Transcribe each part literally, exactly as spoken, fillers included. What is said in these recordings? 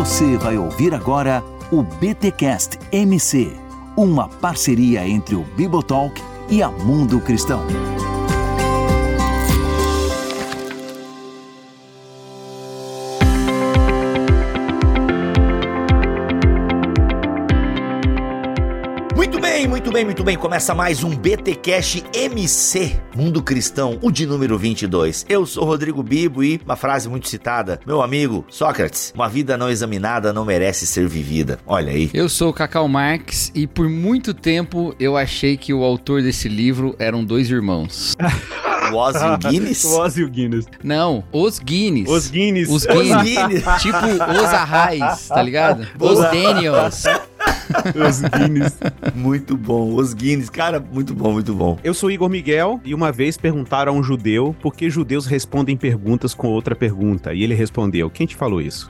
Você vai ouvir agora o BTcast M C, uma parceria entre o Bibotalk e a Mundo Cristão. Muito bem, muito bem. Começa mais um BTcast M C, Mundo Cristão, o de número vinte e dois. Eu sou Rodrigo Bibo e uma frase muito citada. Meu amigo Sócrates, uma vida não examinada não merece ser vivida. Olha aí. Eu sou o Cacau Marx e por muito tempo eu achei que o autor desse livro eram dois irmãos. O Oz e o Guinness? O Oz e o Guinness. Não, os Guinness. Os Guinness. Os Guinness. Os Guinness. Tipo os Arrais, tá ligado? Os Daniels. Os Guinness. Muito bom, os Guinness. Cara, muito bom, muito bom. Eu sou Igor Miguel e uma vez perguntaram a um judeu por que judeus respondem perguntas com outra pergunta. E ele respondeu, quem te falou isso?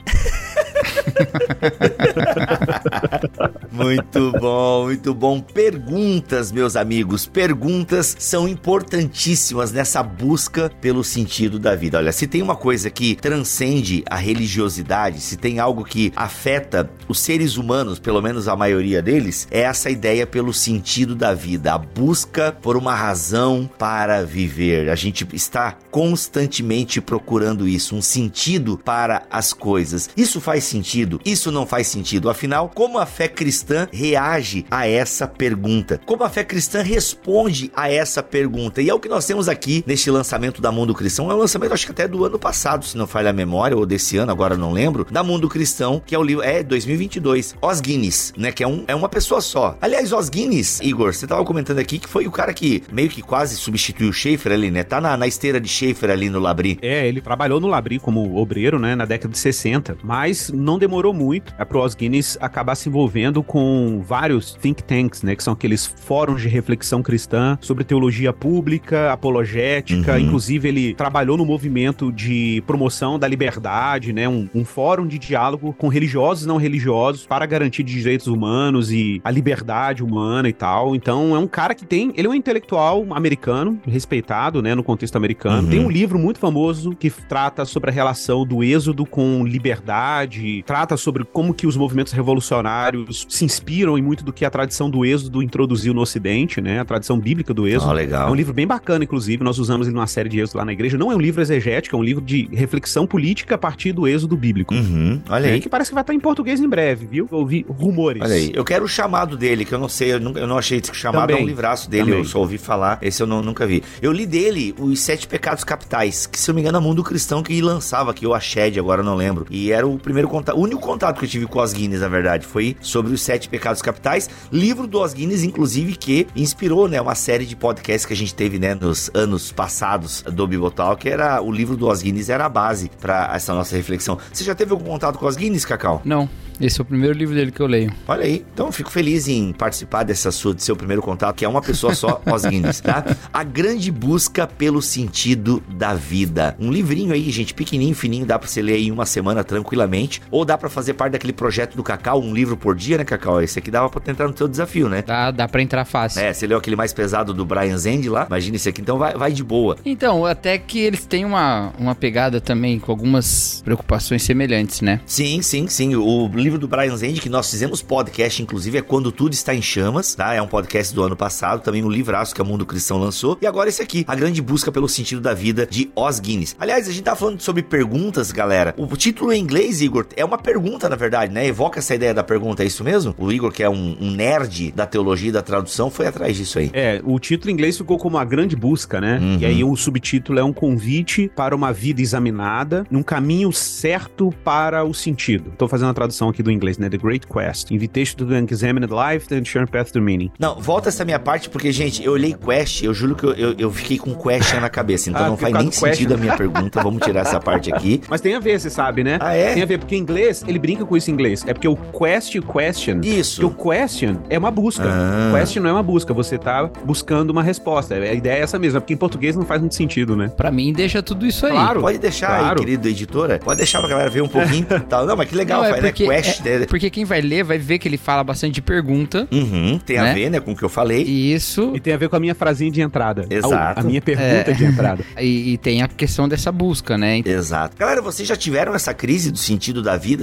Muito bom, muito bom. Perguntas, meus amigos, perguntas são importantíssimas nessa busca pelo sentido da vida. Olha, se tem uma coisa que transcende a religiosidade, se tem algo que afeta os seres humanos, pelo menos a maioria deles, é essa ideia pelo sentido da vida, a busca por uma razão para viver. A gente está constantemente procurando isso, um sentido para as coisas. Isso faz sentido? Isso não faz sentido. Afinal, como a fé cristã reage a essa pergunta? Como a fé cristã responde a essa pergunta? E é o que nós temos aqui neste lançamento da Mundo Cristão. É um lançamento, acho que até do ano passado, se não falha a memória, ou desse ano, agora não lembro, da Mundo Cristão, que é o livro, é dois mil e vinte e dois. Oz Guinness, né, que é, um, é uma pessoa só. Aliás, Oz Guinness, Igor, você tava comentando aqui que foi o cara que meio que quase substituiu o Schaefer ali, né? Tá na, na esteira de Schaefer ali no Labri. É, ele trabalhou no Labri como obreiro, né, na década de sessenta, mas não demorou muito é pro Oz Guinness acabar se envolvendo com vários think tanks, né, que são aqueles fóruns de reflexão cristã sobre teologia pública, apologética, uhum. Inclusive ele trabalhou no movimento de promoção da liberdade, né, um, um fórum de diálogo com religiosos e não religiosos para garantir direitos humanos e a liberdade humana e tal. Então é um cara que tem, ele é um intelectual americano, respeitado, né, no contexto americano. Uhum. Tem um livro muito famoso que trata sobre a relação do êxodo com liberdade, trata sobre como que os movimentos revolucionários se inspiram em muito do que a tradição do êxodo introduziu no ocidente, né, a tradição bíblica do êxodo. Oh, legal. É um livro bem bacana, inclusive, nós usamos ele numa série de êxodo lá na igreja. Não é um livro exegético, é um livro de reflexão política a partir do êxodo bíblico. Uhum. Olha é, aí. Que parece que vai estar em português em breve, viu? Eu ouvi rumores. Olha aí. Eu quero o chamado dele, que eu não sei, eu não, eu não achei que o chamado Também. É um livraço dele, Também. Eu só ouvi falar, esse eu não, nunca vi. Eu li dele Os Sete Pecados Capitais, que se eu não me engano é Mundo Cristão que lançava aqui, ou a Shed, agora eu não lembro. E era o primeiro contato, o único contato que eu tive com o Oz Guinness, na verdade, foi sobre Os Sete Pecados Capitais, livro do Oz Guinness, inclusive, que inspirou, né, uma série de podcasts que a gente teve, né, nos anos passados do Bibotalk, que era, o livro do Oz Guinness era a base para essa nossa reflexão. Você já teve algum contato com o Oz Guinness, Cacau? Não. Esse é o primeiro livro dele que eu leio. Olha aí. Então, fico feliz em participar dessa sua, de seu primeiro contato, que é uma pessoa só, Oz Guinness, tá? A Grande Busca pelo Sentido da Vida. Um livrinho aí, gente, pequenininho, fininho, dá pra você ler em uma semana tranquilamente, ou dá pra fazer parte daquele projeto do Cacau, um livro por dia, né, Cacau? Esse aqui dava pra tentar no seu desafio, né? Dá, dá pra entrar fácil. É, você leu aquele mais pesado do Brian Zand lá, imagina esse aqui, então vai, vai de boa. Então, até que eles têm uma, uma pegada também com algumas preocupações semelhantes, né? Sim, sim, sim. O livro do Brian Zand, que nós fizemos podcast, inclusive, é Quando Tudo Está em Chamas, tá? É um podcast do ano passado, também um livraço que a Mundo Cristão lançou. E agora esse aqui, A Grande Busca pelo Sentido da Vida, de Oz Guinness. Aliás, a gente tá falando sobre perguntas, galera. O título em inglês, Igor, é uma pergunta, na verdade, né? Evoca essa ideia da pergunta, é isso mesmo? O Igor, que é um, um nerd da teologia e da tradução, foi atrás disso aí. É, o título em inglês ficou como A Grande Busca, né? Uhum. E aí o subtítulo é um convite para uma vida examinada, num caminho certo para o sentido. Tô fazendo a tradução aqui do inglês, né? The Great Quest. Invitation to an Examined Life, the Sure Path to Meaning. Não, volta essa minha parte, porque, gente, eu olhei Quest, eu juro que eu, eu, eu fiquei com question na cabeça, então ah, não faz nem sentido a minha pergunta, vamos tirar essa parte aqui. Mas tem a ver, você sabe, né? Ah, é? Tem a ver, porque em inglês, ele brinca com isso em inglês. É porque o quest e o question... Isso. Porque o question é uma busca. Ah. Question não é uma busca, você tá buscando uma resposta. A ideia é essa mesma, porque em português não faz muito sentido, né? Pra mim, deixa tudo isso aí. Claro. Pode deixar claro. aí, querido editora. Pode deixar pra galera ver um pouquinho. Tal. Não, mas que legal, não, é faz, porque, né? Quest, é, né? porque quem vai ler vai ver que ele fala bastante de pergunta. Uhum, tem né? a ver, né, com o que eu falei. Isso. E tem a ver com a minha frasinha de entrada. Exato. A, a minha pergunta é. de entrada. E, e tem a questão dessa busca, né? Exato. Galera, vocês já tiveram essa crise do sentido da vida,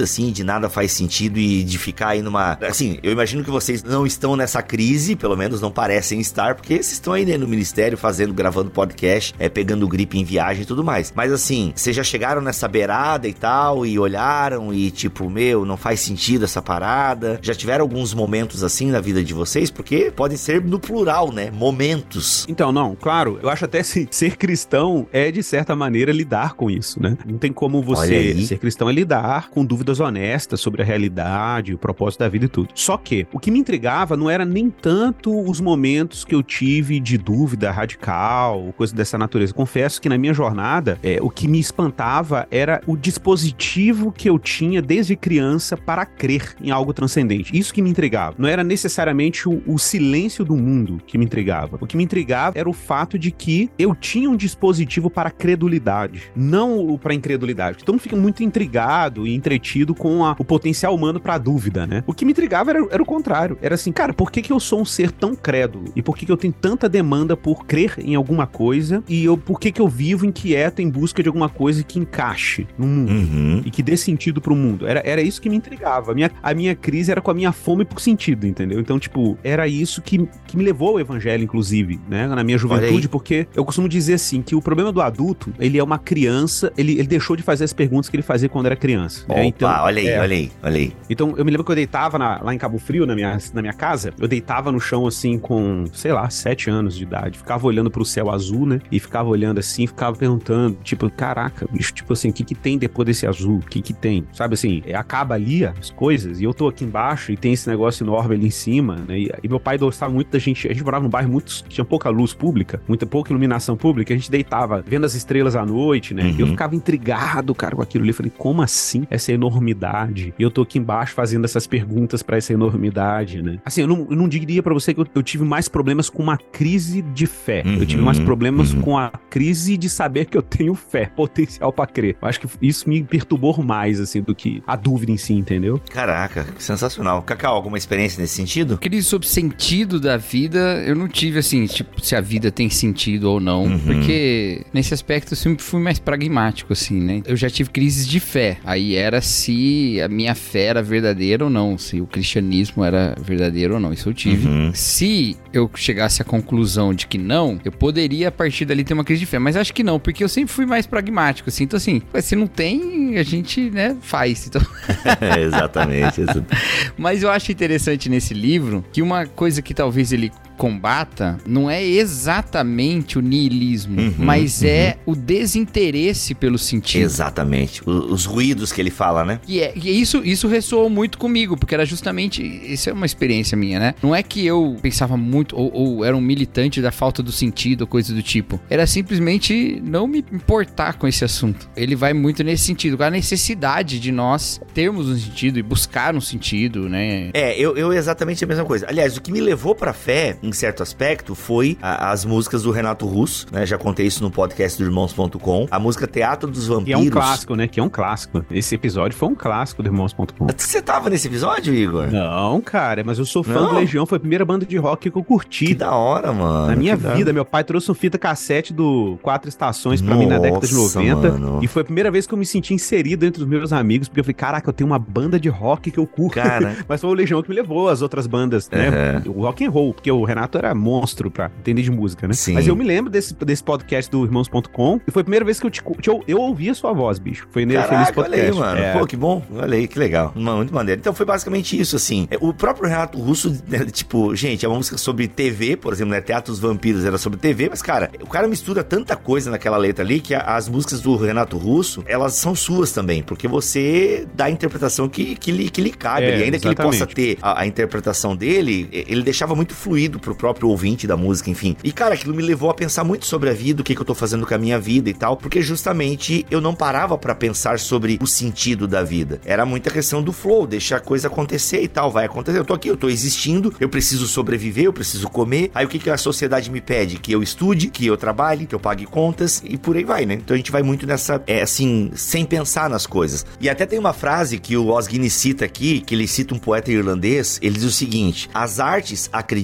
vida, assim, de nada faz sentido e de ficar aí numa... Assim, eu imagino que vocês não estão nessa crise, pelo menos não parecem estar, porque vocês estão aí, né, no ministério, fazendo, gravando podcast, é, pegando gripe em viagem e tudo mais. Mas assim, vocês já chegaram nessa beirada e tal, e olharam e tipo, meu, não faz sentido essa parada? Já tiveram alguns momentos assim na vida de vocês? Porque podem ser no plural, né? Momentos. Então, não, claro, eu acho até assim, ser cristão é, de certa maneira, lidar com isso, né? Não tem como você ser cristão é lidar com dúvidas honestas sobre a realidade, o propósito da vida e tudo. Só que, o que me intrigava não era nem tanto os momentos que eu tive de dúvida radical, coisa dessa natureza. Confesso que na minha jornada, é, o que me espantava era o dispositivo que eu tinha desde criança para crer em algo transcendente. Isso que me intrigava. Não era necessariamente o, o silêncio do mundo que me intrigava. O que me intrigava era o fato de que eu tinha um dispositivo para credulidade, não para incredulidade. Então fica muito intrigado e entretido com a, o potencial humano para a dúvida, né? O que me intrigava era, era o contrário. Era assim, cara, por que que eu sou um ser tão crédulo? E por que que eu tenho tanta demanda por crer em alguma coisa? E eu, por que que eu vivo inquieto em busca de alguma coisa que encaixe no mundo? Uhum. E que dê sentido pro mundo? Era, era isso que me intrigava. A minha, a minha crise era com a minha fome por sentido, entendeu? Então, tipo, era isso que, que me levou ao evangelho, inclusive, né? Na minha juventude, porque eu costumo dizer assim, que o problema do adulto, ele é uma criança, ele, ele deixou de fazer as perguntas que ele fazia quando era criança. Opa, né? Então, olha aí, é, olha aí, olha aí. Então, eu me lembro que eu deitava na, lá em Cabo Frio, na minha, na minha casa, eu deitava no chão, assim, com, sei lá, sete anos de idade, ficava olhando pro céu azul, né? E ficava olhando assim, ficava perguntando, tipo, caraca, bicho, tipo assim, o que que tem depois desse azul? O que que tem? Sabe assim, é, acaba ali as coisas, e eu tô aqui embaixo e tem esse negócio enorme ali em cima, né? E, e meu pai gostava muito da gente, a gente morava num bairro muito, tinha pouca luz pública, muita pouca iluminação pública, a gente deitava vendo as estrelas à noite, né? Uhum. E eu ficava intrigado, cara, com aquilo ali, eu falei, como assim essa enormidade? E eu tô aqui embaixo fazendo essas perguntas pra essa enormidade, né? Assim, eu não, eu não diria pra você que eu, eu tive mais problemas com uma crise de fé, uhum. eu tive mais problemas uhum. com a crise de saber que eu tenho fé, potencial pra crer. Eu acho que isso me perturbou mais, assim, do que a dúvida em si, entendeu? Caraca, sensacional. Cacau, alguma experiência nesse sentido? Crise sobre sentido da vida, eu não tive, assim, tipo, se a vida tem sentido ou não, uhum. porque nesse aspecto eu sempre fui mais pragmático, assim, né? Eu já tive crises de fé, aí era se a minha fé era verdadeira ou não, se o cristianismo era verdadeiro ou não, isso eu tive. Uhum. Se eu chegasse à conclusão de que não, eu poderia a partir dali ter uma crise de fé, mas acho que não, porque eu sempre fui mais pragmático, assim, então assim, se não tem, a gente, né, faz, então... Exatamente. Mas eu acho interessante nesse livro que uma coisa que talvez ele combata não é exatamente o niilismo, uhum, mas uhum. é o desinteresse pelo sentido. Exatamente. O, os ruídos que ele fala, né? E, é, e isso, isso ressoou muito comigo, porque era justamente... Isso é uma experiência minha, né? Não é que eu pensava muito, ou, ou era um militante da falta do sentido, coisa do tipo. Era simplesmente não me importar com esse assunto. Ele vai muito nesse sentido, com a necessidade de nós termos um sentido e buscar um sentido, né? É, eu, eu exatamente a mesma coisa. Aliás, o que me levou pra fé, em certo aspecto, foi a, as músicas do Renato Russo, né? Já contei isso no podcast do irmãos ponto com. A música Teatro dos Vampiros. Que é um clássico, né? Que é um clássico. Esse episódio foi um clássico do irmãos ponto com. Você tava nesse episódio, Igor? Não, cara, mas eu sou fã Não. do Legião. Foi a primeira banda de rock que eu curti. Que da hora, mano. Na minha vida, meu pai trouxe um fita cassete do Quatro Estações pra Nossa, mim na década de noventa. Mano. E foi a primeira vez que eu me senti inserido entre os meus amigos, porque eu falei, caraca, eu tenho uma banda de rock que eu curto. Cara. Mas foi o Legião que me levou às outras bandas, né? Uhum. O rock and roll, porque o Renato era monstro pra entender de música, né? Sim. Mas eu me lembro desse, desse podcast do irmãos ponto com e foi a primeira vez que eu, te, eu, eu ouvi a sua voz, bicho. Foi nele, foi nesse podcast. Olha aí, mano. É. Pô, que bom. Olha aí, que legal. Muito maneiro. Então foi basicamente isso, assim. O próprio Renato Russo, né, tipo, gente, é uma música sobre T V, por exemplo, né? Teatro dos Vampiros era sobre T V, mas, cara, o cara mistura tanta coisa naquela letra ali que a, as músicas do Renato Russo, elas são suas também, porque você dá a interpretação que, que, lhe, que lhe cabe. É, e ainda exatamente. Que ele possa ter a, a interpretação dele, ele deixava muito fluido pro próprio ouvinte da música, enfim. E, cara, aquilo me levou a pensar muito sobre a vida, o que, que eu tô fazendo com a minha vida e tal, porque justamente eu não parava pra pensar sobre o sentido da vida. Era muita questão do flow, deixar a coisa acontecer e tal, vai acontecer. Eu tô aqui, eu tô existindo, eu preciso sobreviver, eu preciso comer. Aí o que, que a sociedade me pede? Que eu estude, que eu trabalhe, que eu pague contas e por aí vai, né? Então a gente vai muito nessa, é, assim, sem pensar nas coisas. E até tem uma frase que o Os Guinness cita aqui, que ele cita um poeta irlandês, ele diz o seguinte: as artes, acredito,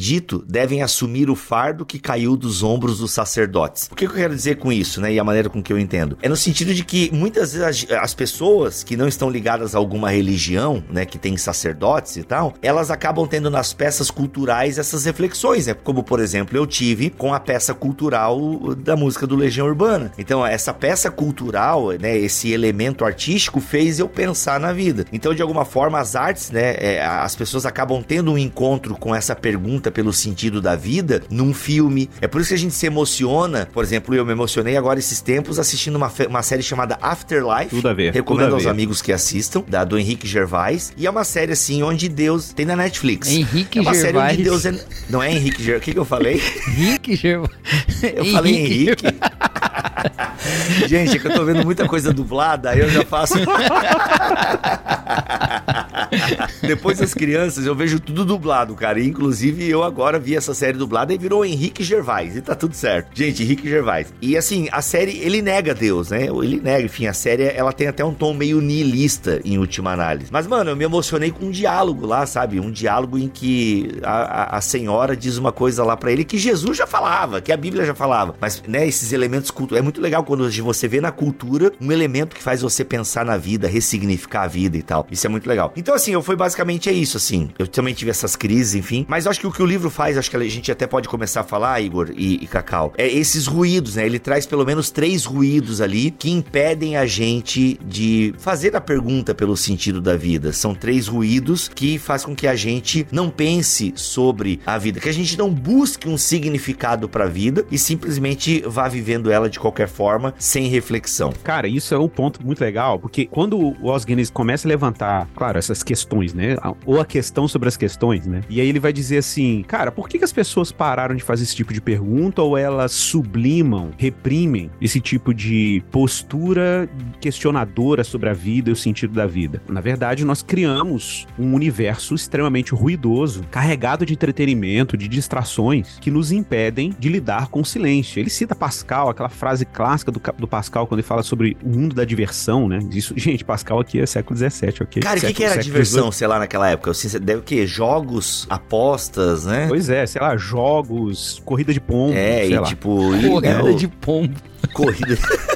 devem assumir o fardo que caiu dos ombros dos sacerdotes. O que eu quero dizer com isso, né? E a maneira com que eu entendo. É no sentido de que muitas vezes as, as pessoas que não estão ligadas a alguma religião, né? Que tem sacerdotes e tal, elas acabam tendo nas peças culturais essas reflexões, né? Como, por exemplo, eu tive com a peça cultural da música do Legião Urbana. Então, essa peça cultural, né? Esse elemento artístico fez eu pensar na vida. Então, de alguma forma, as artes, né? É, as pessoas acabam tendo um encontro com essa pergunta pelo sentido da vida num filme. É por isso que a gente se emociona. Por exemplo, eu me emocionei agora esses tempos assistindo uma, uma série chamada Afterlife. Tudo a ver. Recomendo tudo a aos ver. amigos que assistam, da, do Henrique Gervais. E é uma série assim, onde Deus... Tem na Netflix. Henrique é uma Gervais. série onde Deus... É, não é Henrique Gervais. O que, que eu falei? Henrique Gervais. Eu falei Henrique. Gente, é que eu tô vendo muita coisa dublada, aí eu já faço... Depois das crianças, eu vejo tudo dublado, cara. E, inclusive, eu agora vi essa série dublada e virou Henrique Gervais. E tá tudo certo. Gente, Henrique Gervais. E, assim, a série, ele nega Deus, né? Ele nega, enfim, a série, ela tem até um tom meio nihilista, em última análise. Mas, mano, eu me emocionei com um diálogo lá, sabe? Um diálogo em que a, a, a senhora diz uma coisa lá pra ele que Jesus já falava, que a Bíblia já falava. Mas, né, esses elementos culturais... É muito legal quando você vê na cultura um elemento que faz você pensar na vida, ressignificar a vida e tal. Isso é muito legal. Então, assim, eu fui basicamente é isso, assim. Eu também tive essas crises, enfim. Mas eu acho que o que o livro faz, acho que a gente até pode começar a falar, Igor e, e Cacau, é esses ruídos, né? Ele traz pelo menos três ruídos ali que impedem a gente de fazer a pergunta pelo sentido da vida. São três ruídos que faz com que a gente não pense sobre a vida, que a gente não busque um significado pra vida e simplesmente vá vivendo ela de qualquer forma, sem reflexão. Cara, isso é um ponto muito legal, porque quando o Os Guinness começa a levantar, claro, essas questões, né? Ou a questão sobre as questões, né? E aí ele vai dizer assim, cara, por que, que as pessoas pararam de fazer esse tipo de pergunta ou elas sublimam, reprimem esse tipo de postura questionadora sobre a vida e o sentido da vida? Na verdade, nós criamos um universo extremamente ruidoso, carregado de entretenimento, de distrações, que nos impedem de lidar com o silêncio. Ele cita Pascal, aquela frase clássica do, do Pascal, quando ele fala sobre o mundo da diversão, né? Isso, gente, Pascal aqui é século dezessete, ok? Cara, o que, que era diversão, sei lá, naquela época? Você deve o quê? Jogos, apostas, né? Pois é, sei lá, jogos, corrida de pombo, É, sei e lá. tipo... Corrida e, de pombo. Corrida...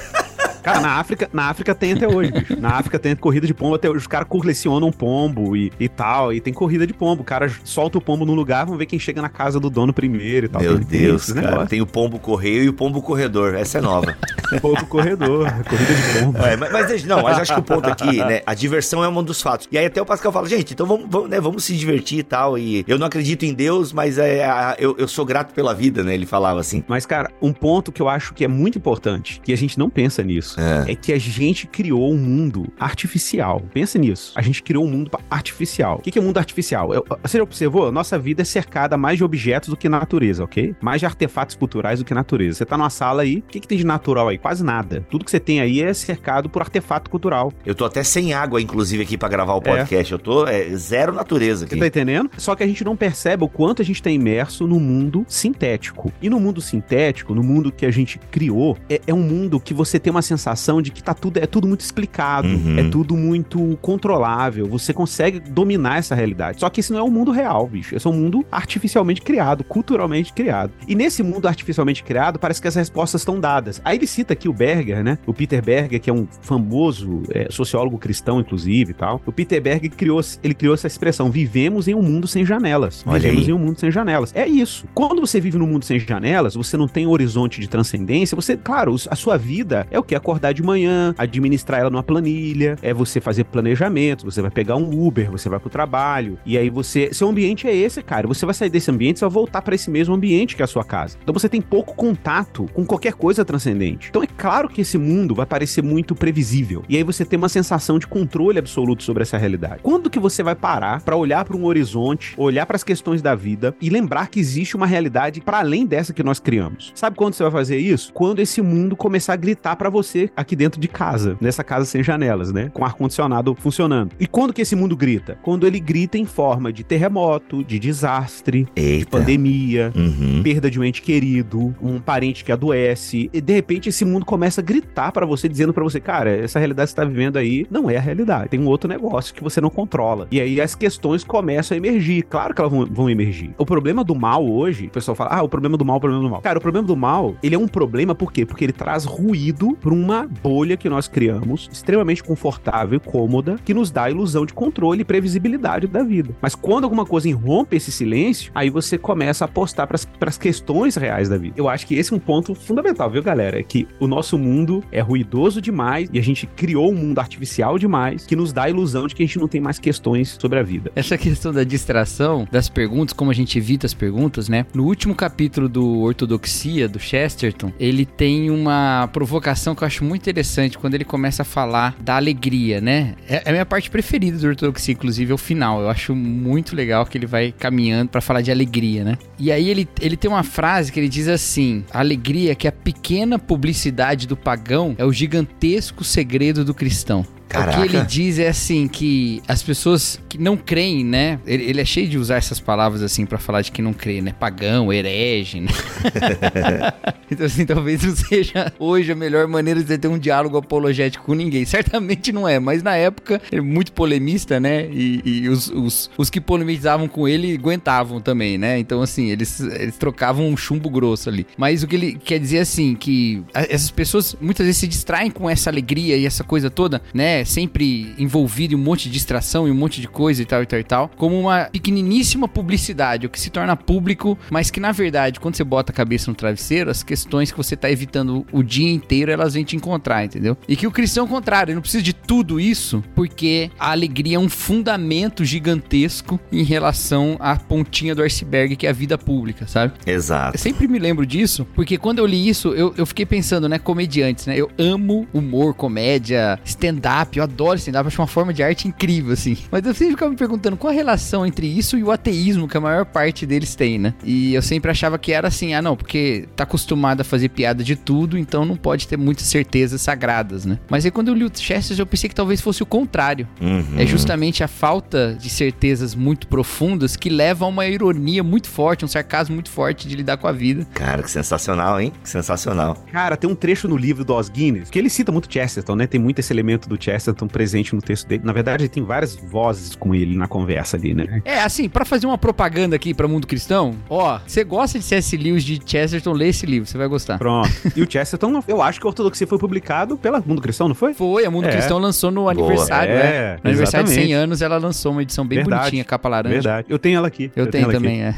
Cara, na África, na África tem até hoje, bicho. Na África tem corrida de pombo até hoje. Os caras colecionam pombo e, e tal. E tem corrida de pombo. O cara solta o pombo num lugar, vamos ver quem chega na casa do dono primeiro e tal. Meu tem, Deus, tem cara. negócio. Tem o pombo correio e o pombo corredor. Essa é nova. Pombo corredor, corrida de pombo. É, mas, mas, não, mas acho que o ponto aqui, né? A diversão é um dos fatos. E aí até o Pascal fala, gente, então vamos, vamos, né, vamos se divertir e tal. E eu não acredito em Deus, mas é, a, eu, eu sou grato pela vida, né? Ele falava assim. Mas, cara, um ponto que eu acho que é muito importante, que a gente não pensa nisso, é, é que a gente criou um mundo artificial. Pensa nisso. A gente criou um mundo artificial. O que é um mundo artificial? Eu, você já observou? Nossa vida é cercada mais de objetos do que natureza, ok? Mais de artefatos culturais do que natureza. Você tá numa sala aí, o que, que tem de natural aí? Quase nada. Tudo que você tem aí é cercado por artefato cultural. Eu tô até sem água, inclusive, aqui pra gravar o podcast. É. Eu tô é, zero natureza aqui. Você tá entendendo? Só que a gente não percebe o quanto a gente tá imerso no mundo sintético. E no mundo sintético, no mundo que a gente criou, é, é um mundo que você tem uma sensação de que tá tudo, é tudo muito explicado, uhum. é tudo muito controlável, você consegue dominar essa realidade. Só que esse não é um mundo real, bicho. Esse é um mundo artificialmente criado, culturalmente criado. E nesse mundo artificialmente criado, parece que as respostas estão dadas. Aí ele cita aqui o Berger, né? O Peter Berger, que é um famoso é, sociólogo cristão, inclusive, e tal. O Peter Berger criou, ele criou essa expressão, vivemos em um mundo sem janelas. Olha vivemos aí. em um mundo sem janelas. É isso. Quando você vive num mundo sem janelas, você não tem um horizonte de transcendência, você, claro, a sua vida é o que? Acordar de manhã, administrar ela numa planilha, é você fazer planejamentos, você vai pegar um Uber, você vai pro trabalho, e aí você, seu ambiente é esse, cara, você vai sair desse ambiente, você vai voltar pra esse mesmo ambiente que é a sua casa. Então você tem pouco contato com qualquer coisa transcendente. Então é claro que esse mundo vai parecer muito previsível, e aí você tem uma sensação de controle absoluto sobre essa realidade. Quando que você vai parar pra olhar pra um horizonte, olhar pras questões da vida e lembrar que existe uma realidade pra além dessa que nós criamos? Sabe quando você vai fazer isso? Quando esse mundo começar a gritar pra você você aqui dentro de casa, nessa casa sem janelas, né? Com ar-condicionado funcionando. E quando que esse mundo grita? Quando ele grita em forma de terremoto, de desastre, Eita. de pandemia, Uhum. perda de um ente querido, um parente que adoece, e de repente esse mundo começa a gritar pra você, dizendo pra você, cara, essa realidade que você tá vivendo aí não é a realidade, tem um outro negócio que você não controla. E aí as questões começam a emergir, claro que elas vão, vão emergir. O problema do mal hoje, o pessoal fala, ah, o problema do mal, o problema do mal. Cara, o problema do mal, ele é um problema por quê? Porque ele traz ruído pra uma bolha que nós criamos, extremamente confortável e cômoda, que nos dá a ilusão de controle e previsibilidade da vida. Mas quando alguma coisa irrompe esse silêncio, aí você começa a apostar pras, pras questões reais da vida. Eu acho que esse é um ponto fundamental, viu, galera? É que o nosso mundo é ruidoso demais e a gente criou um mundo artificial demais que nos dá a ilusão de que a gente não tem mais questões sobre a vida. Essa questão da distração das perguntas, como a gente evita as perguntas, né? No último capítulo do Ortodoxia, do Chesterton, ele tem uma provocação que eu acho muito interessante quando ele começa a falar da alegria, né? É a minha parte preferida do Ortodoxia, inclusive, é o final. Eu acho muito legal que ele vai caminhando pra falar de alegria, né? E aí ele, ele tem uma frase que ele diz assim: a alegria é que a pequena publicidade do pagão é o gigantesco segredo do cristão. Caraca. O que ele diz é assim, que as pessoas que não creem, né? Ele, ele é cheio de usar essas palavras assim pra falar de que não crê, né? Pagão, herege, né? Então assim, talvez não seja hoje a melhor maneira de você ter um diálogo apologético com ninguém. Certamente não é, mas na época ele é muito polemista, né? E, e os, os, os que polemizavam com ele aguentavam também, né? Então assim, eles, eles trocavam um chumbo grosso ali. Mas o que ele quer dizer assim, que essas pessoas muitas vezes se distraem com essa alegria e essa coisa toda, né? Sempre envolvido em um monte de distração e um monte de coisa e tal e tal e tal, como uma pequeniníssima publicidade, o que se torna público, mas que na verdade, quando você bota a cabeça no travesseiro, as questões que você tá evitando o dia inteiro, elas vêm te encontrar, entendeu? E que o cristão é o contrário, ele não precisa de tudo isso, porque a alegria é um fundamento gigantesco em relação à pontinha do iceberg, que é a vida pública, sabe? Exato. Eu sempre me lembro disso, porque quando eu li isso, eu, eu fiquei pensando, né, comediantes, né? Eu amo humor, comédia, stand-up, eu adoro stand-up, acho uma forma de arte incrível, assim. Mas eu sempre ficava me perguntando qual a relação entre isso e o ateísmo, que a maior parte deles tem, né? E eu sempre achava que era assim, ah não, porque tá acostumado a fazer piada de tudo, então não pode ter muitas certezas sagradas, né? Mas aí quando eu li o Chesterton, eu pensei que talvez fosse o contrário. Uhum. É justamente a falta de certezas muito profundas que leva a uma ironia muito forte, um sarcasmo muito forte de lidar com a vida. Cara, que sensacional, hein? Que sensacional. Cara, tem um trecho no livro do Os Guinness, que ele cita muito Chesterton, né? Tem muito esse elemento do Chesterton presente no texto dele. Na verdade, tem várias vozes com ele na conversa ali, né? É, assim, pra fazer uma propaganda aqui pra mundo cristão, ó, você gosta de C S. Lewis, de Chesterton, lê esse livro, você vai gostar. Pronto. E o Chesterton, eu acho que a Ortodoxia foi publicado pela Mundo Cristão, não foi? Foi, a Mundo É. Cristão lançou no aniversário, É, né? No aniversário de exatamente. cem anos, ela lançou uma edição bem Verdade. bonitinha, capa laranja. Verdade. Eu tenho ela aqui. Eu, tenho, ela também, é.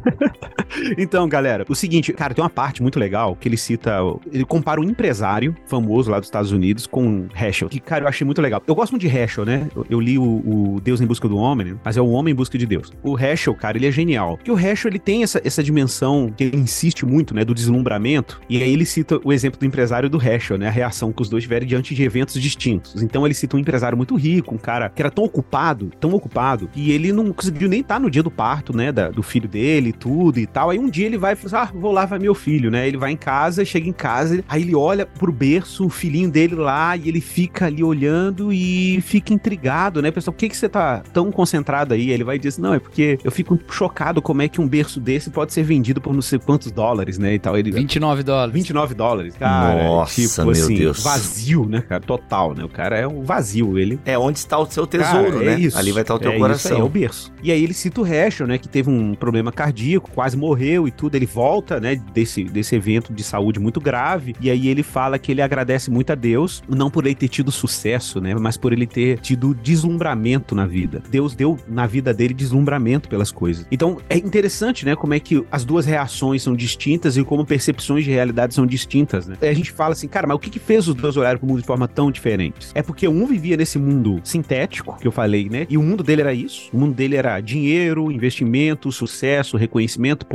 aqui. Então, galera, o seguinte, cara, tem uma parte muito legal que ele cita, ele compara um empresário famoso lá dos Estados Unidos com Heschel, que, cara, eu achei muito legal. Eu gosto muito de Heschel, né? Eu, eu li o, o Deus em Busca do Homem, né? Mas é o Homem em Busca de Deus. O Heschel, cara, ele é genial. Porque o Heschel, ele tem essa, essa dimensão que ele insiste muito, né? Do deslumbramento. E aí ele cita o exemplo do empresário do Heschel, né? A reação que os dois tiveram diante de eventos distintos. Então ele cita um empresário muito rico, um cara que era tão ocupado, tão ocupado, que ele não conseguiu nem estar no dia do parto, né? Da, do filho dele e tudo e tal. Aí um dia ele vai e fala assim, ah, vou lá, vai meu filho, né? Ele vai em casa, chega em casa, aí ele olha pro berço, o filhinho dele lá, e ele fica ali olhando e fica intrigado, né? Pessoal, por que que você tá tão concentrado aí? Ele vai e diz, não, é porque eu fico chocado como é que um berço desse pode ser vendido por não sei quantos dólares, né? E tal. Ele, vinte e nove dólares. vinte e nove dólares. Cara, Nossa, tipo meu assim, Deus. vazio, né, cara? Total, né? O cara é um vazio, ele... É onde está o seu tesouro, Cara, né? é isso. Ali vai estar o teu é coração. Isso aí, é o berço. E aí ele cita o Heschel, né, que teve um problema cardíaco, quase morreu e tudo. Ele volta, né, desse, desse evento de saúde muito grave. E aí ele fala que ele agradece muito a Deus, não por ele ter tido sucesso, né, mas por ele ter tido deslumbramento na vida. Deus deu na vida dele deslumbramento pelas coisas. Então é interessante, né, como é que as duas reações são distintas e como percepções de realidade são distintas, né. Aí a gente fala assim, cara, mas o que que fez os dois olharem pro mundo de forma tão diferente? É porque um vivia nesse mundo sintético, que eu falei, né, e o mundo dele era isso. O mundo dele era dinheiro, investimento, sucesso, reconhecimento,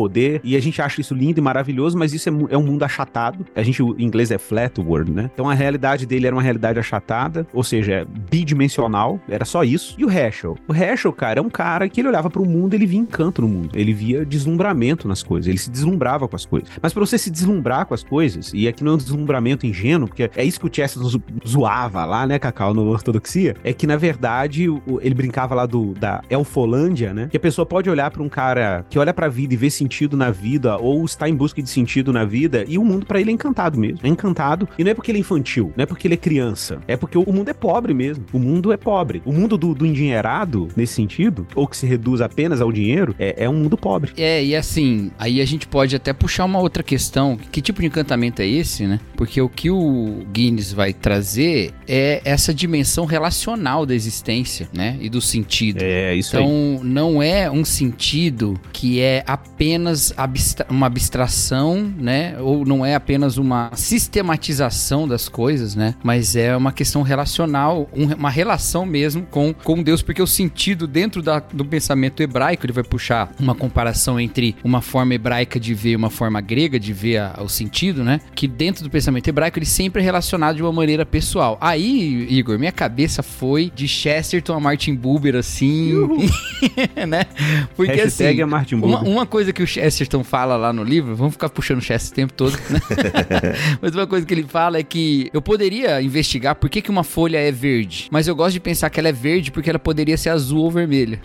poder, e a gente acha isso lindo e maravilhoso, mas isso é, é um mundo achatado. A gente, em inglês é flat world, né? Então a realidade dele era uma realidade achatada, ou seja, é bidimensional, era só isso. E o Heschel? O Heschel, cara, é um cara que ele olhava pro mundo, ele via encanto no mundo, ele via deslumbramento nas coisas, ele se deslumbrava com as coisas. Mas pra você se deslumbrar com as coisas, e aqui não é um deslumbramento ingênuo, porque é isso que o Chesterton zoava lá, né, Cacau, no Ortodoxia, é que, na verdade, o, ele brincava lá do, da Elfolândia, né, que a pessoa pode olhar pra um cara que olha pra vida e vê sentido na vida, ou está em busca de sentido na vida, e o mundo pra ele é encantado mesmo, é encantado, e não é porque ele é infantil, não é porque ele é criança, é porque o mundo é pobre mesmo, o mundo é pobre. O mundo do, do endinheirado, nesse sentido, ou que se reduz apenas ao dinheiro, é, é um mundo pobre. É, e assim, aí a gente pode até puxar uma outra questão, que tipo de encantamento é esse, né? Porque o que o Guinness vai trazer é essa dimensão relacional da existência, né? E do sentido. É, isso então, aí. Então, não é um sentido que é apenas abstra- uma abstração, né? Ou não é apenas uma sistematização das coisas, né? Mas é uma questão relacional, um, uma relação mesmo com, com Deus, porque o sentido dentro da, do pensamento hebraico, ele vai puxar uma comparação entre uma forma hebraica de ver e uma forma grega de ver a, o sentido, né? Que dentro do pensamento hebraico, ele sempre é relacionado de uma maneira pessoal. Aí, Igor, minha cabeça foi de Chesterton a Martin Buber, assim, né? Porque Hashtag assim, é Martin Buber. Uma, uma coisa que o Chesterton fala lá no livro, vamos ficar puxando o Chesterton o tempo todo, né? Mas uma coisa que ele fala é que eu poderia investigar por que, que uma folha é verde, mas eu gosto de pensar que ela é verde porque ela poderia ser azul ou vermelha.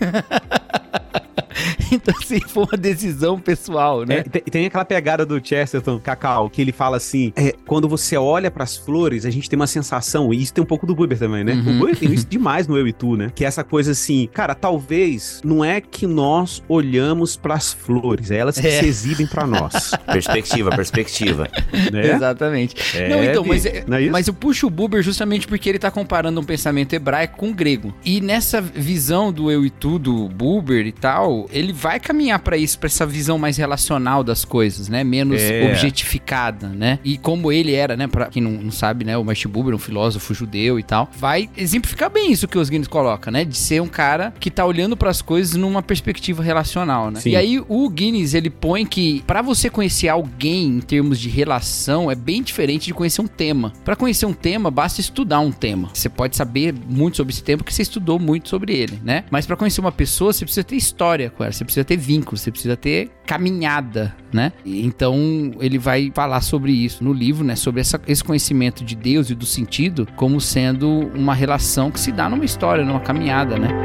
Então, assim, foi uma decisão pessoal, né? É, tem, tem aquela pegada do Chesterton, Cacau, que ele fala assim, é, quando você olha pras flores, a gente tem uma sensação, e isso tem um pouco do Buber também, né? Uhum. O Buber tem isso demais no Eu e Tu, né? Que é essa coisa assim, cara, talvez não é que nós olhamos pras flores, é elas que é. se exibem pra nós. Perspectiva, perspectiva. Né? Exatamente. É, não, então, mas, não é mas eu puxo o Buber justamente porque ele tá comparando um pensamento hebraico com o grego. E nessa visão do Eu e Tu, do Buber e tal, ele vai caminhar pra isso, pra essa visão mais relacional das coisas, né? Menos é. objetificada, né? E como ele era, né? Pra quem não, não sabe, né? O Martin Buber, um filósofo judeu e tal, vai exemplificar bem isso que os Guinness coloca, né? De ser um cara que tá olhando pras coisas numa perspectiva relacional, né? Sim. E aí o Guinness, ele põe que pra você conhecer alguém em termos de relação, é bem diferente de conhecer um tema. Pra conhecer um tema, basta estudar um tema. Você pode saber muito sobre esse tema porque você estudou muito sobre ele, né? Mas pra conhecer uma pessoa, você precisa ter história com ela, você precisa ter vínculos, você precisa ter caminhada, né? Então, ele vai falar sobre isso no livro, né? Sobre essa, esse conhecimento de Deus e do sentido como sendo uma relação que se dá numa história, numa caminhada, né?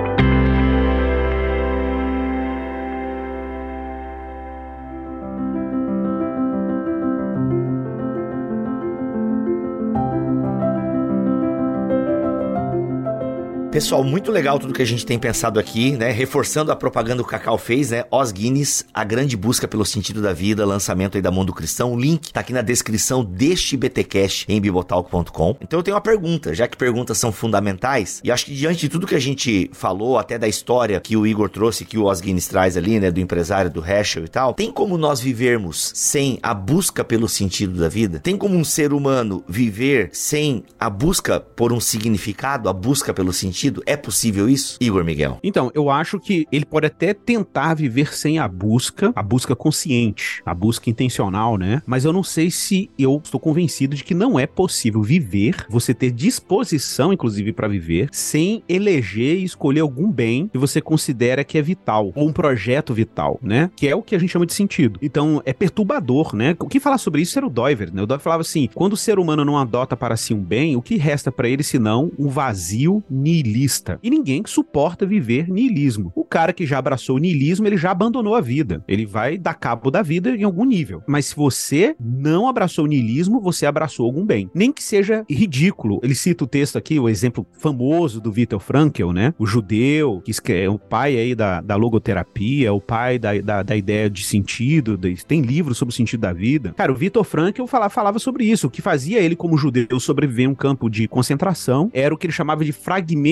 Pessoal, muito legal tudo que a gente tem pensado aqui, né? Reforçando a propaganda que o Cacau fez, né? Os Guinness, a grande busca pelo sentido da vida, lançamento aí da Mundo Cristão. O link tá aqui na descrição deste BTcast em bibotalk ponto com. Então eu tenho uma pergunta, já que perguntas são fundamentais, e acho que diante de tudo que a gente falou, até da história que o Igor trouxe, que o Os Guinness traz ali, né? Do empresário, do Heschel e tal, tem como nós vivermos sem a busca pelo sentido da vida? Tem como um ser humano viver sem a busca por um significado, a busca pelo sentido? É possível isso, Igor Miguel? Então, eu acho que ele pode até tentar viver sem a busca, a busca consciente, a busca intencional, né? Mas eu não sei se eu estou convencido de que não é possível viver, você ter disposição, inclusive, para viver, sem eleger e escolher algum bem que você considera que é vital, ou um projeto vital, né? Que é o que a gente chama de sentido. Então, é perturbador, né? O que falar sobre isso era o Doiver, né? O Doiver falava assim, quando o ser humano não adota para si um bem, o que resta para ele senão um vazio nihilista? E ninguém suporta viver niilismo. O cara que já abraçou o niilismo, ele já abandonou a vida. Ele vai dar cabo da vida em algum nível. Mas se você não abraçou o niilismo, você abraçou algum bem. Nem que seja ridículo. Ele cita o texto aqui, o exemplo famoso do Viktor Frankl, né? O judeu, que é o pai aí da, da logoterapia, o pai da, da, da ideia de sentido, de, tem livros sobre o sentido da vida. Cara, o Viktor Frankl falava, falava sobre isso. O que fazia ele, como judeu, sobreviver em um campo de concentração era o que ele chamava de fragmento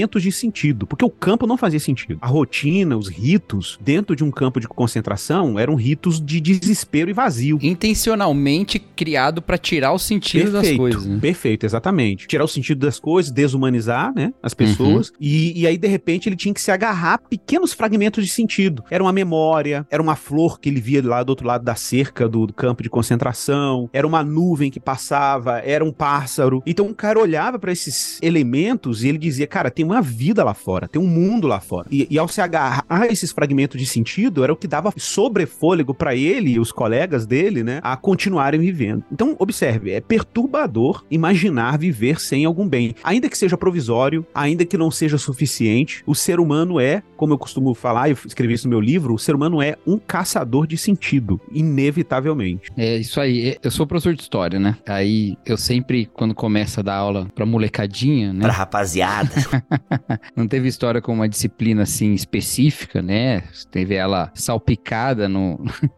fragmentos de sentido, porque o campo não fazia sentido. A rotina, os ritos dentro de um campo de concentração eram ritos de desespero e vazio. Intencionalmente criado para tirar o sentido Perfeito, das coisas. Né? Perfeito, exatamente. Tirar o sentido das coisas, desumanizar, né, as pessoas, uhum. e, e aí de repente ele tinha que se agarrar a pequenos fragmentos de sentido. Era uma memória, era uma flor que ele via lá do outro lado da cerca do, do campo de concentração, era uma nuvem que passava, era um pássaro. Então o cara olhava para esses elementos e ele dizia, cara, tem uma vida lá fora, tem um mundo lá fora. E, e ao se agarrar a esses fragmentos de sentido, era o que dava sobrefôlego para ele e os colegas dele, né, a continuarem vivendo. Então, observe, é perturbador imaginar viver sem algum bem. Ainda que seja provisório, ainda que não seja suficiente, o ser humano é, como eu costumo falar, eu escrevi isso no meu livro, o ser humano é um caçador de sentido, inevitavelmente. É isso aí. Eu sou professor de história, né? Aí eu sempre, quando começa a dar aula pra molecadinha, né? Pra rapaziada. Não teve história com uma disciplina assim específica, né? Teve ela salpicada no...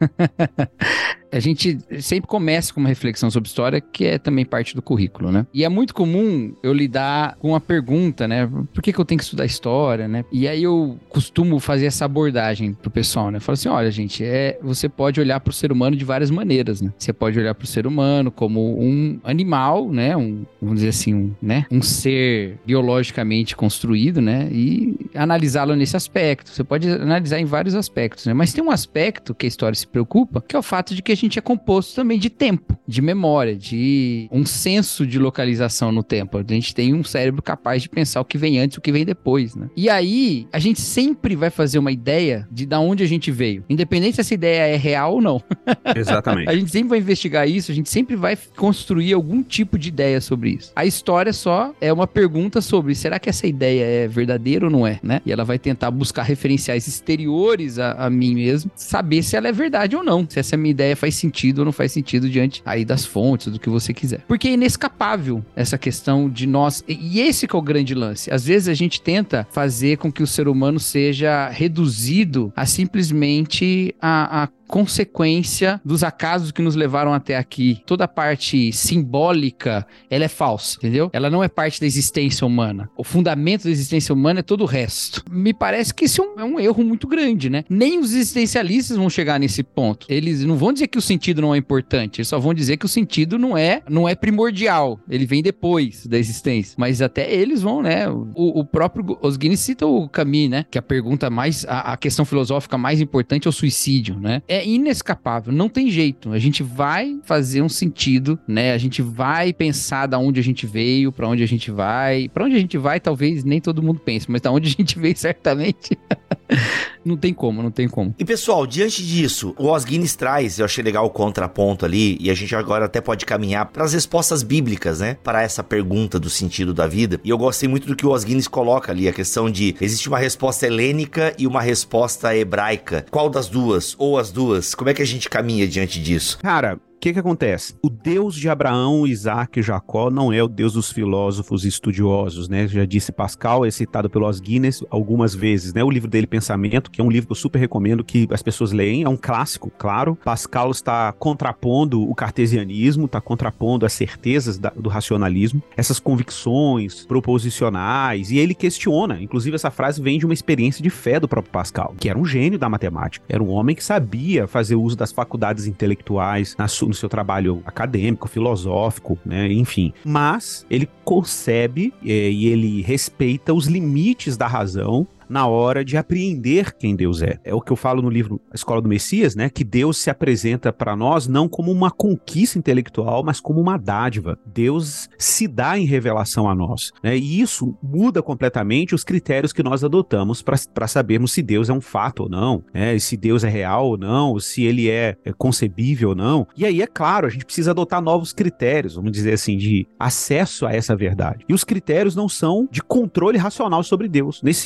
A gente sempre começa com uma reflexão sobre história, que é também parte do currículo, né? E é muito comum eu lidar com a pergunta, né? Por que que eu tenho que estudar história, né? E aí eu costumo fazer essa abordagem pro pessoal, né? Eu falo assim, olha, gente, é, você pode olhar pro ser humano de várias maneiras, né? Você pode olhar pro ser humano como um animal, né? Um, vamos dizer assim, um, né? Um ser biologicamente construído, né? E analisá-lo nesse aspecto. Você pode analisar em vários aspectos, né? Mas tem um aspecto que a história se preocupa, que é o fato de que a gente é composto também de tempo, de memória, de um senso de localização no tempo. A gente tem um cérebro capaz de pensar o que vem antes e o que vem depois, né? E aí, a gente sempre vai fazer uma ideia de da onde a gente veio, independente se essa ideia é real ou não. Exatamente. A gente sempre vai investigar isso, a gente sempre vai construir algum tipo de ideia sobre isso. A história só é uma pergunta sobre, será que essa ideia é verdadeira ou não é, né? E ela vai tentar buscar referenciais exteriores a, a mim mesmo, saber se ela é verdade ou não, se essa minha ideia faz sentido ou não faz sentido diante aí das fontes, do que você quiser. Porque é inescapável essa questão de nós, e esse que é o grande lance. Às vezes a gente tenta fazer com que o ser humano seja reduzido a simplesmente a, a consequência dos acasos que nos levaram até aqui. Toda a parte simbólica, ela é falsa, entendeu? Ela não é parte da existência humana. O fundamento da existência humana é todo o resto. Me parece que isso é um, é um erro muito grande, né? Nem os existencialistas vão chegar nesse ponto. Eles não vão dizer que o sentido não é importante, eles só vão dizer que o sentido não é, não é primordial. Ele vem depois da existência. Mas até eles vão, né? O, o próprio Os Guinness cita o Camus, né? Que a pergunta mais, a, a questão filosófica mais importante é o suicídio, né? É inescapável, não tem jeito. A gente vai fazer um sentido, né? A gente vai pensar da onde a gente veio, pra onde a gente vai. Pra onde a gente vai, talvez nem todo mundo pense, mas da onde a gente veio, certamente. Não tem como, não tem como. E pessoal, diante disso, o Os Guinness traz, eu achei legal o contraponto ali, e a gente agora até pode caminhar para as respostas bíblicas, né? Para essa pergunta do sentido da vida. E eu gostei muito do que o Os Guinness coloca ali, a questão de existe uma resposta helênica e uma resposta hebraica. Qual das duas? Ou as duas? Como é que a gente caminha diante disso? Cara, o que que acontece? O Deus de Abraão, Isaac e Jacó não é o Deus dos filósofos estudiosos, né? Já disse Pascal, é citado pelo Os Guinness algumas vezes, né? O livro dele, Pensamento, que é um livro que eu super recomendo que as pessoas leem, é um clássico, claro. Pascal está contrapondo o cartesianismo, está contrapondo as certezas da, do racionalismo, essas convicções proposicionais, e ele questiona, inclusive essa frase vem de uma experiência de fé do próprio Pascal, que era um gênio da matemática, era um homem que sabia fazer uso das faculdades intelectuais na sua no seu trabalho acadêmico, filosófico, né, enfim. Mas ele concebe é, e ele respeita os limites da razão na hora de apreender quem Deus é. É o que eu falo no livro A Escola do Messias, né? Que Deus se apresenta para nós não como uma conquista intelectual, mas como uma dádiva. Deus se dá em revelação a nós, né? E isso muda completamente os critérios que nós adotamos para sabermos se Deus é um fato ou não, né? Se Deus é real ou não, se ele é, é concebível ou não. E aí, é claro, a gente precisa adotar novos critérios, vamos dizer assim, de acesso a essa verdade. E os critérios não são de controle racional sobre Deus. Nesse sentido, os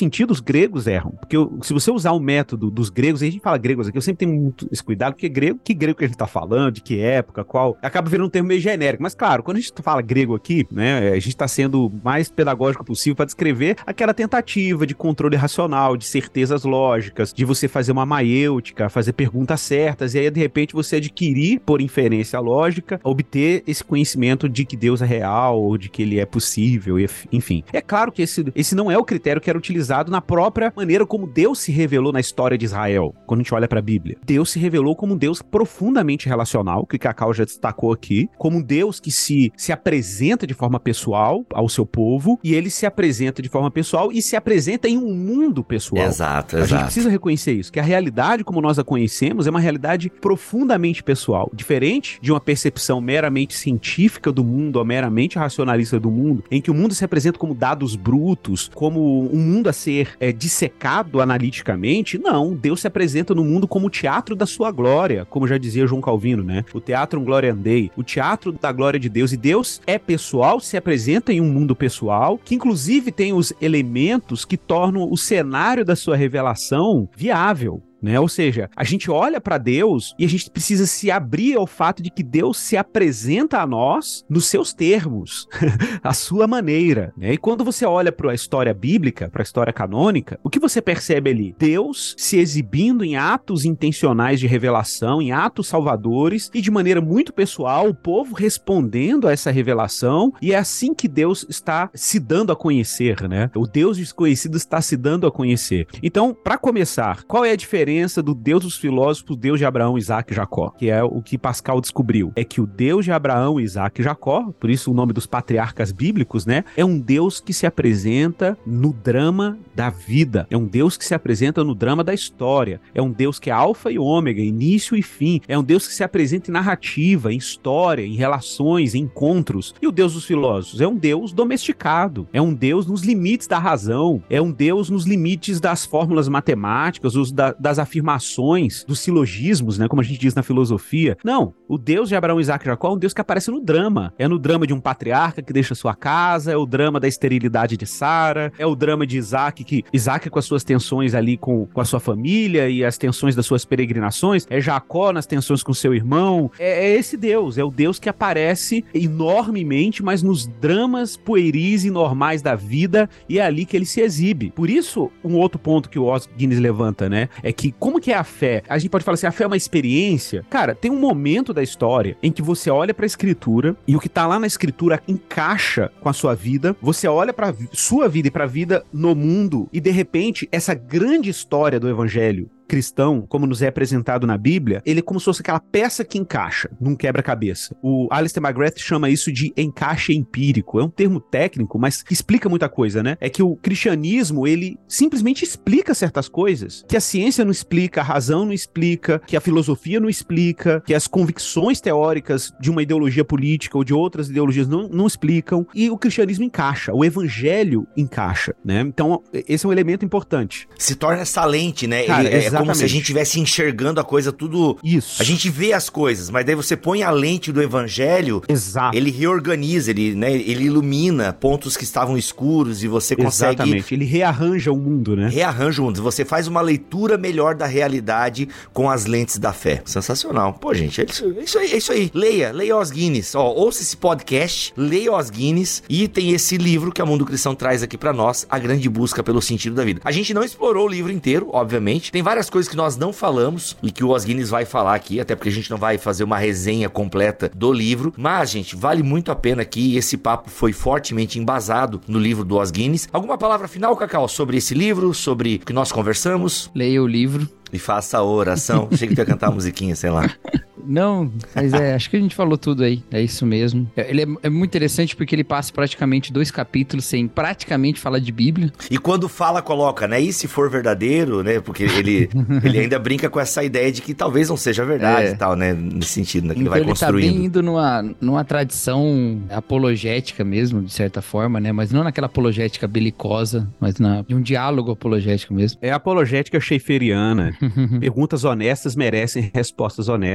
gregos erram. Porque eu, se você usar o método dos gregos, a gente fala gregos aqui, eu sempre tenho muito esse cuidado, porque grego, que grego que a gente tá falando, de que época, qual, acaba virando um termo meio genérico. Mas claro, quando a gente fala grego aqui, né, a gente tá sendo o mais pedagógico possível para descrever aquela tentativa de controle racional, de certezas lógicas, de você fazer uma maiêutica, fazer perguntas certas, e aí de repente você adquirir, por inferência lógica, obter esse conhecimento de que Deus é real, ou de que ele é possível, enfim. É claro que esse, esse não é o critério que era utilizado na própria maneira como Deus se revelou na história de Israel, quando a gente olha para a Bíblia. Deus se revelou como um Deus profundamente relacional, que o Cacau já destacou aqui, como um Deus que se, se apresenta de forma pessoal ao seu povo, e ele se apresenta de forma pessoal e se apresenta em um mundo pessoal. Exato, exato. A gente precisa reconhecer isso, que a realidade como nós a conhecemos é uma realidade profundamente pessoal, diferente de uma percepção meramente científica do mundo, ou meramente racionalista do mundo, em que o mundo se apresenta como dados brutos, como um mundo a ser é, dissecado analiticamente. Não, Deus se apresenta no mundo como o teatro da sua glória, como já dizia João Calvino, né? O teatro glória andei, o teatro da glória de Deus. E Deus é pessoal, se apresenta em um mundo pessoal, que inclusive tem os elementos que tornam o cenário da sua revelação viável. Né? Ou seja, a gente olha para Deus e a gente precisa se abrir ao fato de que Deus se apresenta a nós nos seus termos, à sua maneira. Né? E quando você olha para a história bíblica, para a história canônica, o que você percebe ali? Deus se exibindo em atos intencionais de revelação, em atos salvadores, e de maneira muito pessoal, o povo respondendo a essa revelação, e é assim que Deus está se dando a conhecer, né? O Deus desconhecido está se dando a conhecer. Então, para começar, qual é a diferença do Deus dos filósofos, Deus de Abraão, Isaac e Jacó, que é o que Pascal descobriu? É que o Deus de Abraão, Isaac e Jacó, por isso o nome dos patriarcas bíblicos, né, é um Deus que se apresenta no drama da vida, é um Deus que se apresenta no drama da história, é um Deus que é alfa e ômega, início e fim, é um Deus que se apresenta em narrativa, em história, em relações, em encontros. E o Deus dos filósofos é um Deus domesticado, é um Deus nos limites da razão, é um Deus nos limites das fórmulas matemáticas, os da, das afirmações, dos silogismos, né, como a gente diz na filosofia. Não, o Deus de Abraão, Isaac e Jacó é um Deus que aparece no drama. É no drama de um patriarca que deixa sua casa, é o drama da esterilidade de Sara, é o drama de Isaac, que Isaac com as suas tensões ali com, com a sua família e as tensões das suas peregrinações, é Jacó nas tensões com seu irmão. É, é esse Deus, é o Deus que aparece enormemente, mas nos dramas pueris e normais da vida, e é ali que ele se exibe. Por isso, um outro ponto que o Os Guinness levanta, né, é que como que é a fé? A gente pode falar assim, a fé é uma experiência. Cara, tem um momento da história em que você olha pra escritura e o que tá lá na escritura encaixa com a sua vida. Você olha pra sua vida e pra vida no mundo e de repente essa grande história do evangelho cristão, como nos é apresentado na Bíblia, ele é como se fosse aquela peça que encaixa num quebra-cabeça. O Alistair McGrath chama isso de encaixe empírico. É um termo técnico, mas que explica muita coisa, né? É que o cristianismo, ele simplesmente explica certas coisas que a ciência não explica, a razão não explica, que a filosofia não explica, que as convicções teóricas de uma ideologia política ou de outras ideologias não, não explicam, e o cristianismo encaixa, o evangelho encaixa, né? Então, esse é um elemento importante. Se torna salente, né? Cara, ele, é como Exatamente. se a gente estivesse enxergando a coisa tudo... Isso. A gente vê as coisas, mas daí você põe a lente do evangelho, Exato. Ele reorganiza, ele, né, ele ilumina pontos que estavam escuros e você consegue... Exatamente, ele rearranja o mundo, né? Rearranja o mundo, você faz uma leitura melhor da realidade com as lentes da fé. Sensacional. Pô, gente, é isso, é isso aí, é isso aí. Leia, leia Os Guinness. Ó, ouça esse podcast, leia Os Guinness e tem esse livro que a Mundo Cristão traz aqui pra nós, A Grande Busca pelo Sentido da Vida. A gente não explorou o livro inteiro, obviamente. Tem várias coisas que nós não falamos e que o Os Guinness vai falar aqui, até porque a gente não vai fazer uma resenha completa do livro, mas, gente, vale muito a pena que esse papo foi fortemente embasado no livro do Os Guinness. Alguma palavra final, Cacau, sobre esse livro, sobre o que nós conversamos? Leia o livro. E faça a oração. Achei que tu ia cantar a musiquinha, sei lá. Não, mas é, acho que a gente falou tudo aí, é isso mesmo. Ele é, é muito interessante porque ele passa praticamente dois capítulos sem praticamente falar de Bíblia. E quando fala, coloca, né, e se for verdadeiro, né, porque ele, ele ainda brinca com essa ideia de que talvez não seja verdade é. e tal, né, nesse sentido, né, que então ele vai construindo. Ele tá bem indo numa, numa tradição apologética mesmo, de certa forma, né, mas não naquela apologética belicosa, mas na, de um diálogo apologético mesmo. É a apologética schaefferiana. Perguntas honestas merecem respostas honestas, né?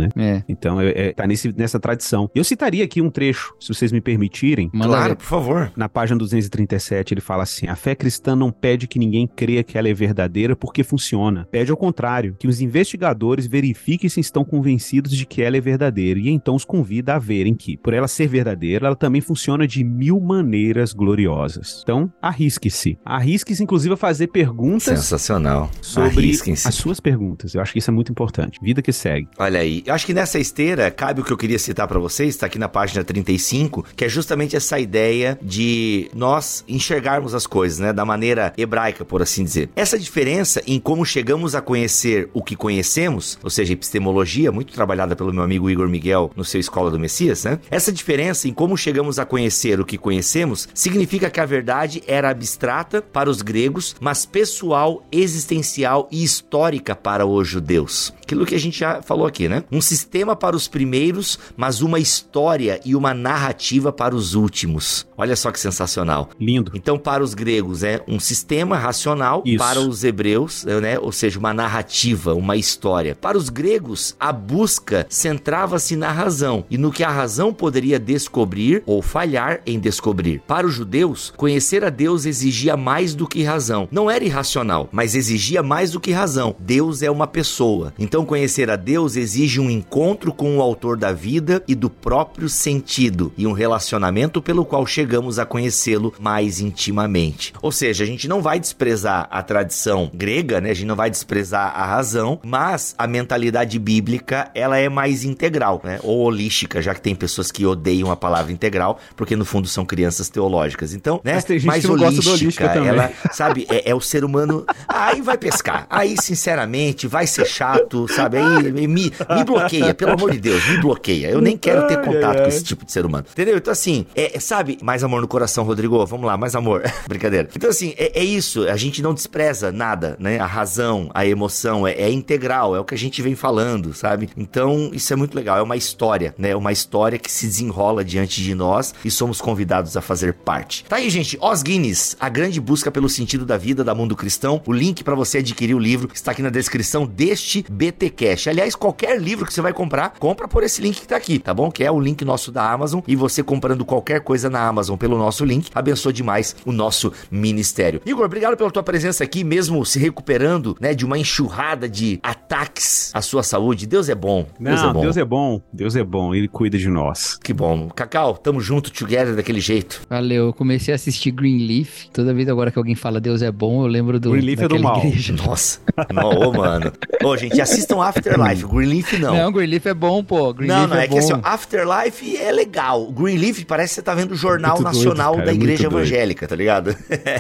né? É. Então, é, é, tá nesse, nessa tradição. Eu citaria aqui um trecho, se vocês me permitirem. Manda Claro, ver. por favor. Na página duzentos e trinta e sete, ele fala assim: a fé cristã não pede que ninguém creia que ela é verdadeira porque funciona. Pede ao contrário, que os investigadores verifiquem se estão convencidos de que ela é verdadeira e então os convida a verem que, por ela ser verdadeira, ela também funciona de mil maneiras gloriosas. Então, arrisque-se. Arrisque-se, inclusive, a fazer perguntas Sensacional. sobre Arrisquem-se. as suas perguntas. Eu acho que isso é muito importante. Vida que segue. Olha aí, eu acho que nessa esteira cabe o que eu queria citar pra vocês, tá aqui na página trinta e cinco, que é justamente essa ideia de nós enxergarmos as coisas, né, da maneira hebraica, por assim dizer. Essa diferença em como chegamos a conhecer o que conhecemos, ou seja, epistemologia, muito trabalhada pelo meu amigo Igor Miguel no seu Escola do Messias, né? Essa diferença em como chegamos a conhecer o que conhecemos significa que a verdade era abstrata para os gregos, mas pessoal, existencial e histórica para os judeus. Aquilo que a gente já falou aqui, né? Um sistema para os primeiros, mas uma história e uma narrativa para os últimos. Olha só que sensacional. Lindo. Então, para os gregos, é um sistema racional. Isso. Para os hebreus, né? Ou seja, uma narrativa, uma história. Para os gregos, a busca centrava-se na razão e no que a razão poderia descobrir ou falhar em descobrir. Para os judeus, conhecer a Deus exigia mais do que razão. Não era irracional, mas exigia mais do que razão. Deus é uma pessoa. Então, conhecer a Deus exige um encontro com o autor da vida e do próprio sentido e um relacionamento pelo qual chegamos a conhecê-lo mais intimamente. Ou seja, a gente não vai desprezar a tradição grega, né? A gente não vai desprezar a razão, mas a mentalidade bíblica, ela é mais integral, né? Ou holística, já que tem pessoas que odeiam a palavra integral, porque no fundo são crianças teológicas. Então, né? Mas tem gente mais que não gosta do holística, holística também. ela, sabe, é, é o ser humano. Aí vai pescar. Aí, sinceramente, vai ser chato, sabe? Aí me, me bloqueia, pelo amor de Deus, me bloqueia. Eu nem quero ter contato com esse tipo de ser humano. Entendeu? Então, assim, é, sabe, mais amor no coração, Rodrigo. Vamos lá, mais amor. Brincadeira. Então, assim, é, é isso. A gente não despreza nada, né? A razão, a emoção, é, é integral, é o que a gente vem falando, sabe? Então, isso é muito legal. É uma história, né? Uma história que se desenrola diante de nós e somos convidados a fazer parte. Tá aí, gente. Os Guinness, a grande busca pelo sentido da vida da Mundo Cristão. O link para você adquirir o livro está aqui na descrição deste BTcast. Aliás, qualquer livro que você vai comprar, compra por esse link que tá aqui, tá bom? Que é o link nosso da Amazon, e você comprando qualquer coisa na Amazon pelo nosso link, abençoa demais o nosso ministério. Igor, obrigado pela tua presença aqui, mesmo se recuperando, né, de uma enxurrada de ataques à sua saúde. Deus é bom. Deus Não, é bom. Deus é bom. Deus é bom. Ele cuida de nós. Que bom. Cacau, tamo junto, together, daquele jeito. Valeu, eu comecei a assistir Greenleaf. Toda vez agora que alguém fala Deus é bom, eu lembro do Greenleaf é do daquela mal. igreja. Nossa. Não, ô, mano. Ô, gente, assistam Afterlife. Greenleaf não. Não, Greenleaf é bom, pô. Greenleaf Não, não, é, é que assim, ó, bom. Afterlife é legal. O Greenleaf parece que você tá vendo o Jornal Muito doido, Nacional cara, da é muito Igreja doido. Evangélica, tá ligado?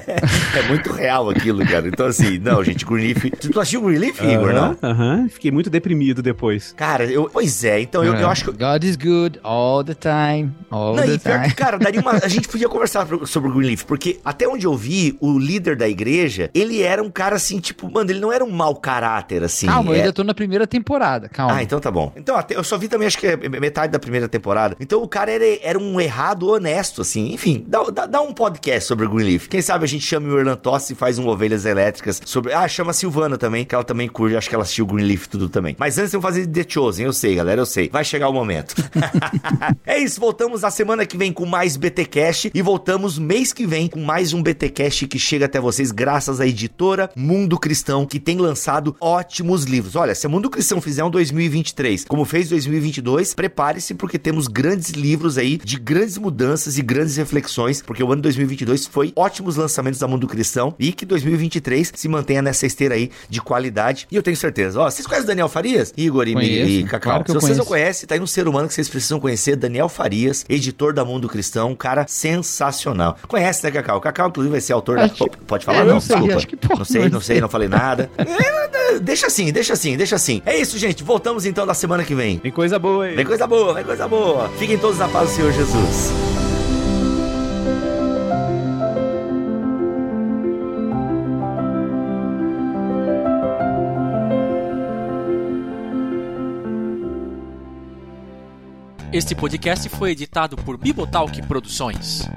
É muito real aquilo, cara. Então, assim, não, gente, Greenleaf... Tu assistiu Greenleaf, Igor, não? Aham. Fiquei muito deprimido depois. Cara, eu... Pois é, então eu, eu acho que... God is good all the time, all Não, the e pior time. que, cara, daria uma... a gente podia conversar pro- sobre o Greenleaf, porque até onde eu vi, o líder da igreja, ele era um cara assim, tipo, mano, ele não era um mau caráter, assim. Calma, eu é... ainda tô na primeira temporada, calma. Ah, então tá bom. Então, até, eu só vi também, acho que é metade da primeira temporada. Então, o cara era, era um errado honesto, assim. Enfim, dá, dá, dá um podcast sobre o Greenleaf. Quem sabe a gente chama o Erlan Tossi e faz um Ovelhas Elétricas sobre... Ah, chama a Silvana também, que ela também curte. Acho que ela assistiu o Greenleaf tudo também. Mas antes eu vou fazer The Chosen, eu sei, galera, eu sei. Vai chegar o momento. É isso, voltamos a semana que vem com mais BTcast e voltamos mês que vem com mais um BTcast que chega até vocês graças à editora Mundo Cristão, que tem lançado ótimos livros. Olha, se a Mundo Cristão fizer um dois mil e vinte e três como fez dois mil e vinte e dois, prepare-se porque temos grandes livros aí de grandes mudanças e grandes reflexões, porque o ano dois mil e vinte e dois foi ótimos lançamentos da Mundo Cristão e que dois mil e vinte e três se mantenha nessa esteira aí de qualidade. E eu tenho certeza, ó, vocês conhecem o Daniel Farias? Igor e, Conheço, e Cacau. claro que Se eu vocês não conheço. conhecem, tá aí no Ser Humano que vocês precisam conhecer, Daniel Farias, editor da Mundo Cristão, um cara sensacional. Conhece, né, Cacau? O Cacau, inclusive, vai ser autor Acho- da... Pô, pode falar? Eu não, não sei, desculpa. acho que pode, não sei, mas- não sei, não falei nada. É, deixa assim, deixa assim, deixa assim. É isso, gente. Voltamos então na semana que vem. Tem coisa boa aí. Vem coisa boa, vem coisa boa. Fiquem todos na paz do Senhor Jesus. Este podcast foi editado por Bibotalk Produções.